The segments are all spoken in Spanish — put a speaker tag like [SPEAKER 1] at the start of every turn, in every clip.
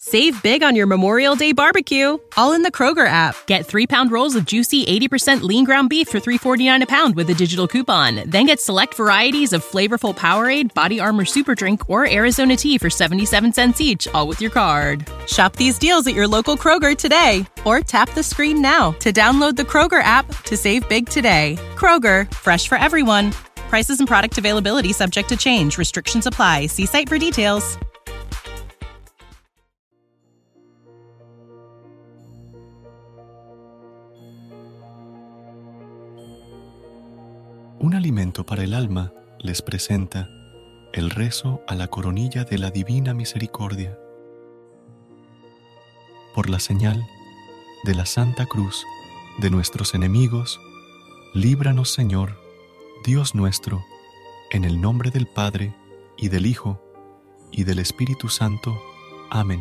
[SPEAKER 1] Save big on your Memorial Day barbecue, all in the Kroger app. Get 3-pound rolls of juicy 80% lean ground beef for $3.49 a pound with a digital coupon. Then get select varieties of flavorful Powerade, Body Armor Super Drink, or Arizona tea for 77 cents each, all with your card. Shop these deals at your local Kroger today, or tap the screen now to download the Kroger app to save big today. Kroger, fresh for everyone. Prices and product availability subject to change. Restrictions apply. See site for details.
[SPEAKER 2] Un alimento para el alma les presenta el rezo a la coronilla de la Divina Misericordia. Por la señal de la Santa Cruz de nuestros enemigos, líbranos, Señor, Dios nuestro, en el nombre del Padre, y del Hijo, y del Espíritu Santo. Amén.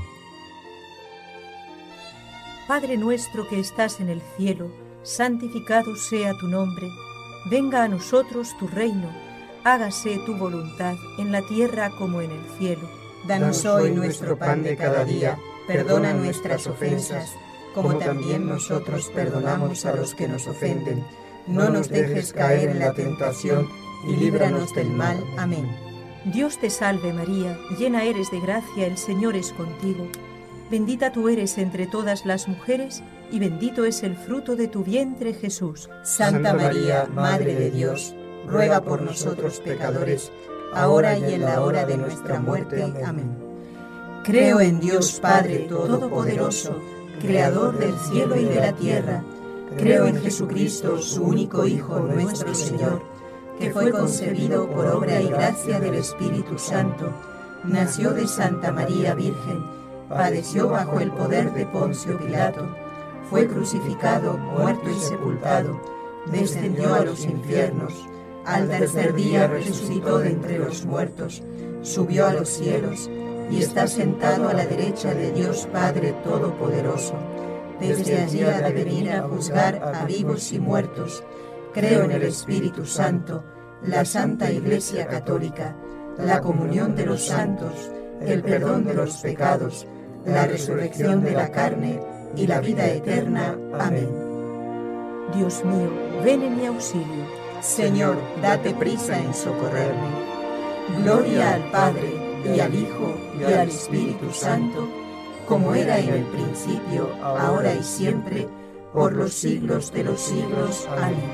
[SPEAKER 3] Padre nuestro que estás en el cielo, santificado sea tu nombre. Venga a nosotros tu reino, hágase tu voluntad en la tierra como en el cielo.
[SPEAKER 4] Danos hoy nuestro pan de cada día, perdona nuestras ofensas, como también nosotros perdonamos a los que nos ofenden. No nos dejes caer en la tentación y líbranos del mal. Amén.
[SPEAKER 3] Dios te salve María, llena eres de gracia, el Señor es contigo. Bendita tú eres entre todas las mujeres, y bendito es el fruto de tu vientre, Jesús.
[SPEAKER 4] Santa María, Madre de Dios, ruega por nosotros pecadores, ahora y en la hora de nuestra muerte. Amén. Creo en Dios Padre Todopoderoso, Creador del cielo y de la tierra. Creo en Jesucristo, su único Hijo, nuestro Señor, que fue concebido por obra y gracia del Espíritu Santo, nació de Santa María Virgen, padeció bajo el poder de Poncio Pilato, fue crucificado, muerto y sepultado, descendió a los infiernos, al tercer día resucitó de entre los muertos, subió a los cielos y está sentado a la derecha de Dios Padre Todopoderoso. Desde allí ha de venir a juzgar a vivos y muertos. Creo en el Espíritu Santo, la Santa Iglesia Católica, la comunión de los santos, el perdón de los pecados, la resurrección de la carne y la vida eterna. Amén.
[SPEAKER 3] Dios mío, ven en mi auxilio.
[SPEAKER 4] Señor, date prisa en socorrerme. Gloria al Padre, y al Hijo, y al Espíritu Santo, como era en el principio, ahora y siempre, por los siglos de los siglos. Amén.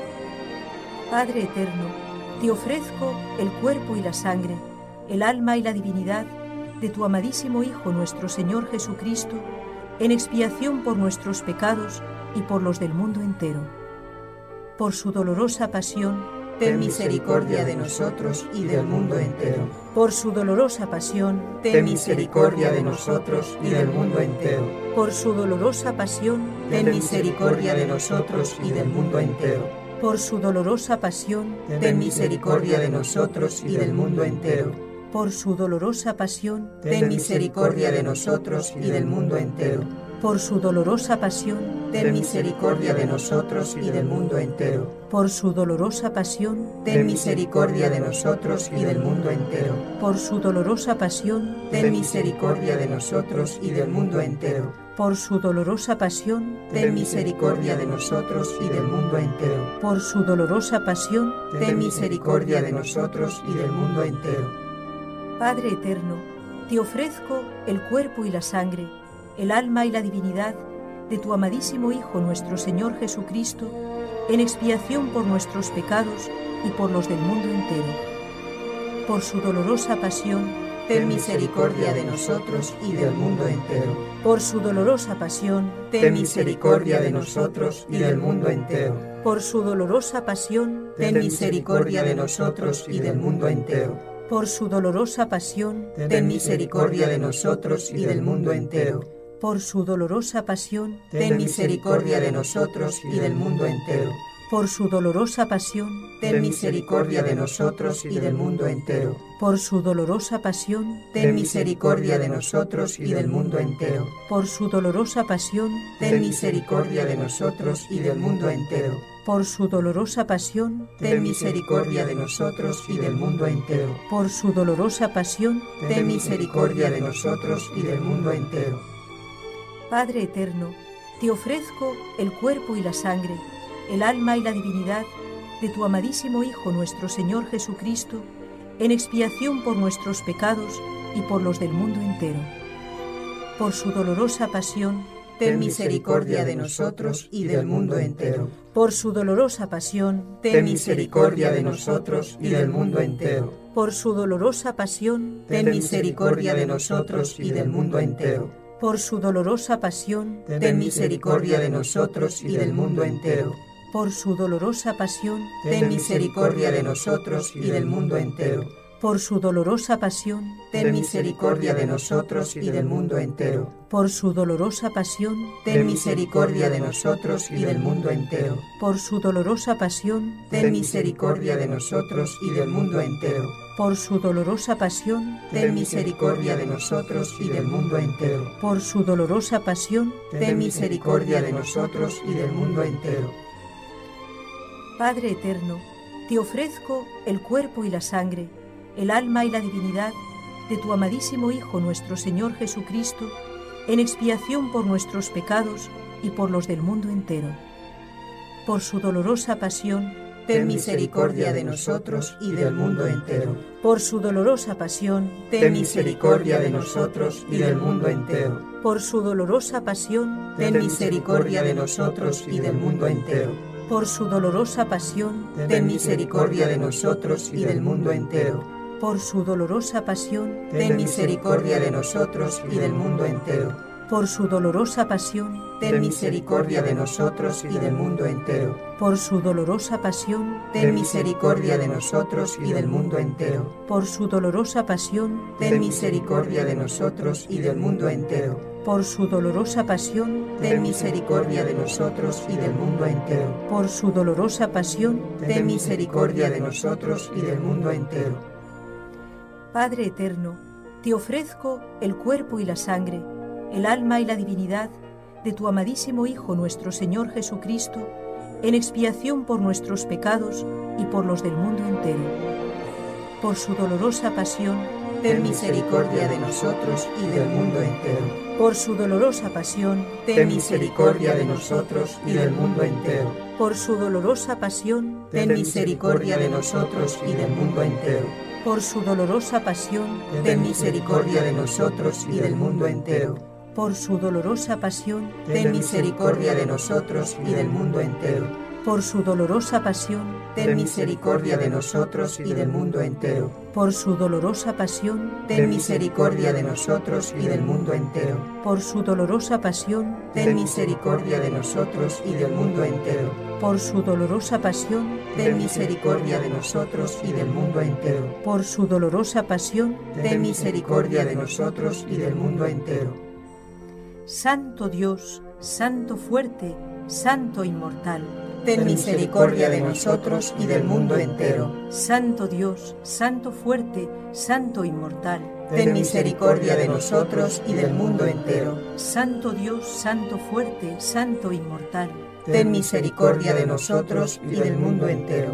[SPEAKER 3] Padre eterno, te ofrezco el cuerpo y la sangre, el alma y la divinidad de tu amadísimo Hijo nuestro Señor Jesucristo, en expiación por nuestros pecados y por los del mundo entero. Por su dolorosa pasión,
[SPEAKER 4] ten misericordia de nosotros y del mundo entero.
[SPEAKER 3] Por su dolorosa pasión,
[SPEAKER 4] ten misericordia de nosotros y del mundo entero.
[SPEAKER 3] Por su dolorosa pasión,
[SPEAKER 4] ten misericordia de nosotros y del mundo entero.
[SPEAKER 3] Por su dolorosa pasión,
[SPEAKER 4] ten misericordia de nosotros y del mundo entero.
[SPEAKER 3] Por su dolorosa pasión,
[SPEAKER 4] ten misericordia de nosotros y del mundo entero.
[SPEAKER 3] Por su dolorosa pasión,
[SPEAKER 4] ten misericordia de nosotros y del mundo entero.
[SPEAKER 3] Por su dolorosa pasión,
[SPEAKER 4] ten misericordia de nosotros y del mundo entero.
[SPEAKER 3] Por su dolorosa pasión,
[SPEAKER 4] ten misericordia de nosotros y del mundo entero.
[SPEAKER 3] Por su dolorosa pasión,
[SPEAKER 4] ten misericordia de nosotros y del mundo entero.
[SPEAKER 3] Por su dolorosa pasión,
[SPEAKER 4] ten misericordia de nosotros y del mundo entero.
[SPEAKER 3] Padre eterno, te ofrezco el cuerpo y la sangre, el alma y la divinidad de tu amadísimo Hijo nuestro Señor Jesucristo, en expiación por nuestros pecados y por los del mundo entero. Por su dolorosa pasión,
[SPEAKER 4] ten misericordia de nosotros y del mundo entero.
[SPEAKER 3] Por su dolorosa pasión,
[SPEAKER 4] ten misericordia de nosotros y del mundo entero.
[SPEAKER 3] Por su dolorosa pasión,
[SPEAKER 4] ten misericordia de nosotros y del mundo entero.
[SPEAKER 3] Por su dolorosa pasión,
[SPEAKER 4] ten misericordia de nosotros y del mundo entero.
[SPEAKER 3] Por su dolorosa pasión,
[SPEAKER 4] ten misericordia de nosotros y del mundo entero.
[SPEAKER 3] Por su dolorosa pasión,
[SPEAKER 4] ten misericordia de nosotros y del mundo entero.
[SPEAKER 3] Por su dolorosa pasión,
[SPEAKER 4] ten misericordia de nosotros y del mundo entero.
[SPEAKER 3] Por su dolorosa pasión,
[SPEAKER 4] ten misericordia de nosotros y del mundo entero.
[SPEAKER 3] Por su dolorosa pasión,
[SPEAKER 4] ten misericordia de nosotros y del mundo entero.
[SPEAKER 3] por su dolorosa pasión,
[SPEAKER 4] Ten misericordia de nosotros y del mundo entero.
[SPEAKER 3] Padre eterno, te ofrezco el cuerpo y la sangre, el alma y la divinidad de tu amadísimo Hijo nuestro Señor Jesucristo, en expiación por nuestros pecados y por los del mundo entero. Por su dolorosa pasión,
[SPEAKER 4] Ten misericordia de nosotros y del mundo entero.
[SPEAKER 3] por su dolorosa pasión,
[SPEAKER 4] Ten misericordia de nosotros y del mundo entero.
[SPEAKER 3] por su dolorosa pasión,
[SPEAKER 4] Ten misericordia de nosotros y del mundo entero.
[SPEAKER 3] por su dolorosa pasión,
[SPEAKER 4] Ten misericordia de nosotros y del mundo entero.
[SPEAKER 3] por su dolorosa pasión,
[SPEAKER 4] Ten misericordia de nosotros y del mundo entero.
[SPEAKER 3] por su dolorosa pasión,
[SPEAKER 4] Ten misericordia de nosotros y del mundo entero.
[SPEAKER 3] por su dolorosa pasión,
[SPEAKER 4] Ten misericordia de nosotros y del mundo entero.
[SPEAKER 3] por su dolorosa pasión,
[SPEAKER 4] Ten misericordia de nosotros y del mundo entero.
[SPEAKER 3] por su dolorosa pasión,
[SPEAKER 4] Ten misericordia de nosotros y del mundo entero.
[SPEAKER 3] por su dolorosa pasión,
[SPEAKER 4] Ten misericordia de nosotros y del mundo entero.
[SPEAKER 3] Padre eterno, te ofrezco el cuerpo y la sangre, el alma y la divinidad de tu amadísimo Hijo nuestro Señor Jesucristo, en expiación por nuestros pecados y por los del mundo entero. Por su dolorosa pasión,
[SPEAKER 4] Ten misericordia de nosotros y del mundo entero.
[SPEAKER 3] por su dolorosa pasión,
[SPEAKER 4] Ten misericordia de nosotros y del mundo entero.
[SPEAKER 3] por su dolorosa pasión,
[SPEAKER 4] Ten misericordia de nosotros y del mundo entero.
[SPEAKER 3] por su dolorosa pasión,
[SPEAKER 4] Ten misericordia de nosotros y del mundo entero.
[SPEAKER 3] por su dolorosa pasión,
[SPEAKER 4] Ten misericordia de nosotros y del mundo entero.
[SPEAKER 3] por su dolorosa pasión,
[SPEAKER 4] Ten misericordia de nosotros y del mundo entero.
[SPEAKER 3] por su dolorosa pasión,
[SPEAKER 4] Ten misericordia de nosotros y del mundo entero.
[SPEAKER 3] por su dolorosa pasión,
[SPEAKER 4] Ten misericordia de nosotros y del mundo entero.
[SPEAKER 3] por su dolorosa pasión,
[SPEAKER 4] Ten misericordia de nosotros y del mundo entero.
[SPEAKER 3] por su dolorosa pasión,
[SPEAKER 4] Ten misericordia de nosotros y del mundo entero.
[SPEAKER 3] Padre eterno, te ofrezco el cuerpo y la sangre, el alma y la divinidad de tu amadísimo Hijo nuestro Señor Jesucristo, en expiación por nuestros pecados y por los del mundo entero. Por su dolorosa pasión,
[SPEAKER 4] Ten misericordia de nosotros y del mundo entero.
[SPEAKER 3] por su dolorosa pasión,
[SPEAKER 4] Ten misericordia de nosotros y del mundo entero.
[SPEAKER 3] por su dolorosa pasión,
[SPEAKER 4] Ten misericordia de nosotros y del mundo entero.
[SPEAKER 3] por su dolorosa pasión,
[SPEAKER 4] Ten misericordia de nosotros y del mundo entero.
[SPEAKER 3] por su dolorosa pasión,
[SPEAKER 4] Ten misericordia de nosotros y del mundo entero.
[SPEAKER 3] por su dolorosa pasión,
[SPEAKER 4] Ten misericordia de nosotros y del mundo entero.
[SPEAKER 3] por su dolorosa pasión,
[SPEAKER 4] Ten misericordia de nosotros y del mundo entero.
[SPEAKER 3] por su dolorosa pasión,
[SPEAKER 4] Ten misericordia de nosotros y del mundo entero.
[SPEAKER 3] por su dolorosa pasión,
[SPEAKER 4] Ten misericordia de nosotros y del mundo entero.
[SPEAKER 3] por su dolorosa pasión,
[SPEAKER 4] Ten misericordia de nosotros y del mundo entero.
[SPEAKER 3] Santo Dios, Santo fuerte, Santo inmortal,
[SPEAKER 4] Ten misericordia de nosotros y del mundo entero.
[SPEAKER 3] Santo Dios, Santo fuerte, Santo inmortal,
[SPEAKER 4] Ten misericordia de nosotros y del mundo entero.
[SPEAKER 3] Santo Dios, Santo fuerte, Santo inmortal,
[SPEAKER 4] Ten misericordia de nosotros y del mundo entero.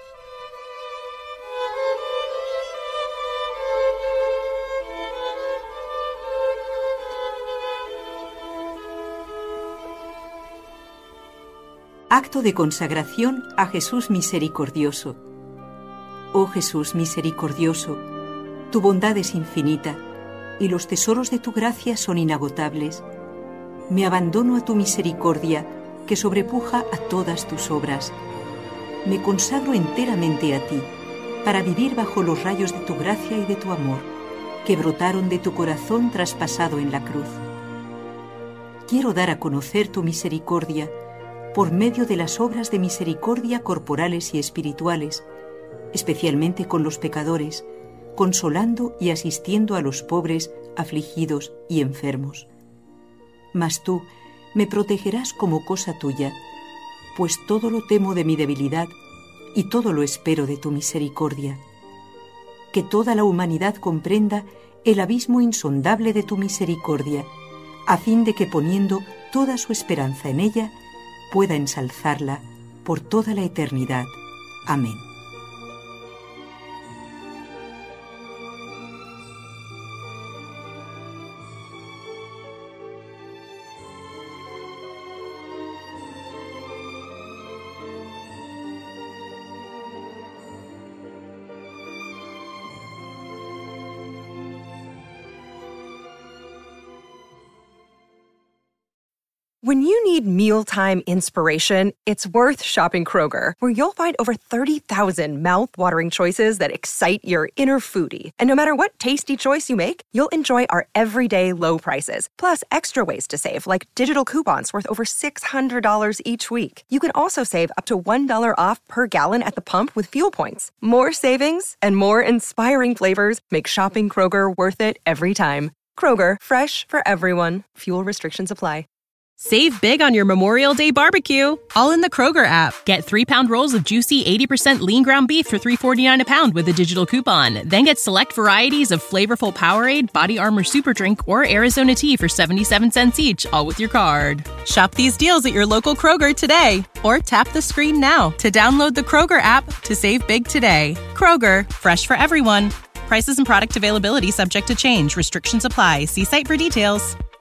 [SPEAKER 5] Acto de consagración a Jesús misericordioso. Oh Jesús misericordioso, tu bondad es infinita y los tesoros de tu gracia son inagotables. Me abandono a tu misericordia que sobrepuja a todas tus obras. Me consagro enteramente a ti para vivir bajo los rayos de tu gracia y de tu amor, que brotaron de tu corazón traspasado en la cruz. Quiero dar a conocer tu misericordia por medio de las obras de misericordia corporales y espirituales, especialmente con los pecadores, consolando y asistiendo a los pobres, afligidos y enfermos. Mas tú me protegerás como cosa tuya, pues todo lo temo de mi debilidad y todo lo espero de tu misericordia. Que toda la humanidad comprenda el abismo insondable de tu misericordia, a fin de que poniendo toda su esperanza en ella, pueda ensalzarla por toda la eternidad. Amén.
[SPEAKER 6] When you need mealtime inspiration, it's worth shopping Kroger, where you'll find over 30,000 mouth-watering choices that excite your inner foodie. And no matter what tasty choice you make, you'll enjoy our everyday low prices, plus extra ways to save, like digital coupons worth over $600 each week. You can also save up to $1 off per gallon at the pump with fuel points. More savings and more inspiring flavors make shopping Kroger worth it every time. Kroger, fresh for everyone. Fuel restrictions apply.
[SPEAKER 1] Save big on your Memorial Day barbecue, all in the Kroger app. Get 3-pound rolls of juicy 80% lean ground beef for $3.49 a pound with a digital coupon. Then get select varieties of flavorful Powerade, Body Armor Super Drink, or Arizona tea for 77 cents each, all with your card. Shop these deals at your local Kroger today, or tap the screen now to download the Kroger app to save big today. Kroger, fresh for everyone. Prices and product availability subject to change. Restrictions apply. See site for details.